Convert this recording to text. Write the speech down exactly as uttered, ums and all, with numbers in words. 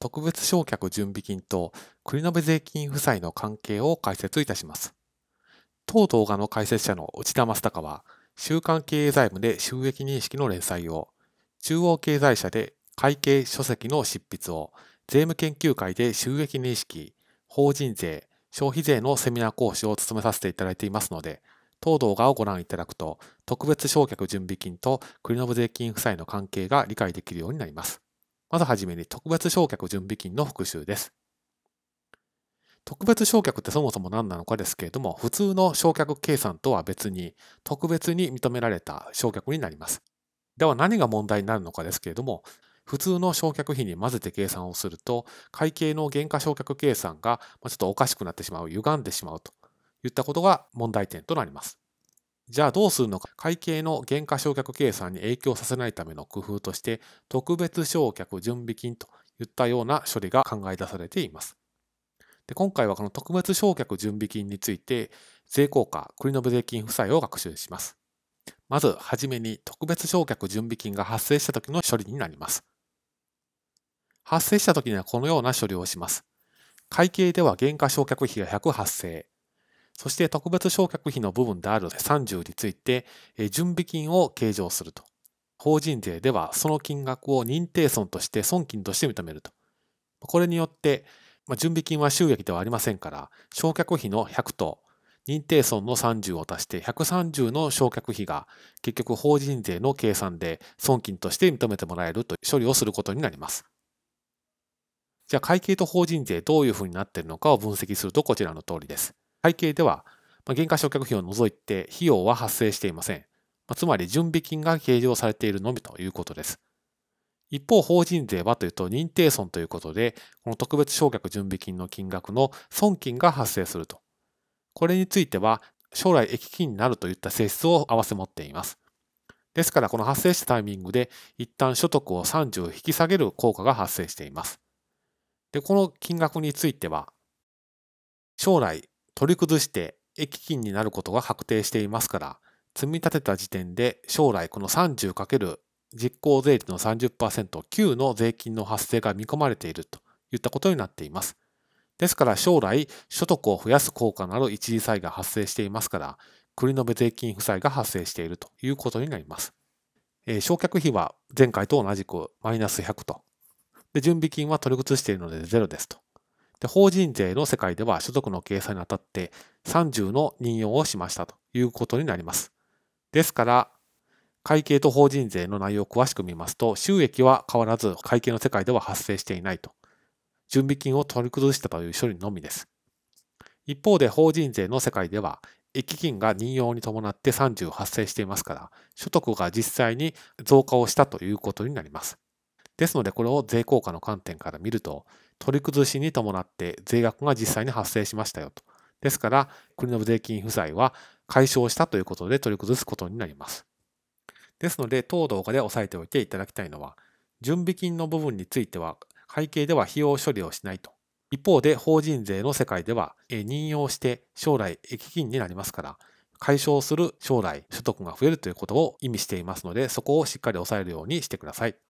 特別償却準備金と繰延税金負債の関係を解説いたします。当動画の解説者の内田正孝は、週刊経営財務で収益認識の連載を、中央経済社で会計書籍の執筆を、税務研究会で収益認識、法人税、消費税のセミナー講師を務めさせていただいていますので、当動画をご覧いただくと、特別償却準備金と繰延税金負債の関係が理解できるようになります。まずはじめに特別償却準備金の復習です。特別償却ってそもそも何なのかですけれども、普通の償却計算とは別に、特別に認められた償却になります。では何が問題になるのかですけれども、普通の償却費に混ぜて計算をすると、会計の原価償却計算がちょっとおかしくなってしまう、歪んでしまうといったことが問題点となります。じゃあどうするのか。会計の原価償却計算に影響させないための工夫として、特別償却準備金といったような処理が考え出されています。で今回はこの特別償却準備金について、税効果、繰延税金負債を学習します。まずはじめに特別償却準備金が発生した時の処理になります。発生した時にはこのような処理をします。会計では原価償却費がひゃく発生。そして特別償却費の部分であるさんじゅうについて準備金を計上すると。法人税ではその金額を認定損として損金として認めると。これによって準備金は収益ではありませんから、償却費のひゃくと認定損のさんじゅうを足してひゃくさんじゅうの償却費が結局法人税の計算で損金として認めてもらえるという処理をすることになります。じゃあ会計と法人税どういうふうになっているのかを分析するとこちらの通りです。会計では原価償却費を除いて費用は発生していません。つまり準備金が計上されているのみということです。一方、法人税はというと認定損ということで、この特別償却準備金の金額の損金が発生すると。これについては将来益金になるといった性質を併せ持っています。ですからこの発生したタイミングで一旦所得をさんじゅう引き下げる効果が発生しています。で、この金額については将来取り崩して益金になることが確定していますから、積み立てた時点で将来この さんじゅうかける実効税率の さんじゅっパーセント、きゅうの税金の発生が見込まれているといったことになっています。ですから将来所得を増やす効果のある一時債が発生していますから、繰延税金負債が発生しているということになります。えー、償却費は前回と同じくマイナスひゃくと。で、準備金は取り崩しているのでゼロですと。で、法人税の世界では所得の計算にあたってさんじゅうの任用をしましたということになります。ですから、会計と法人税の内容を詳しく見ますと、収益は変わらず会計の世界では発生していないと。準備金を取り崩したという処理のみです。一方で法人税の世界では、益金が任用に伴ってさんじゅう発生していますから、所得が実際に増加をしたということになります。ですので、これを税効果の観点から見ると、取り崩しに伴って税額が実際に発生しましたよと。ですから、繰延税金負債は解消したということで取り崩すことになります。ですので、当動画で押さえておいていただきたいのは、準備金の部分については、会計では費用処理をしないと。一方で、法人税の世界では、任用して将来益金になりますから、解消する将来所得が増えるということを意味していますので、そこをしっかり押さえるようにしてください。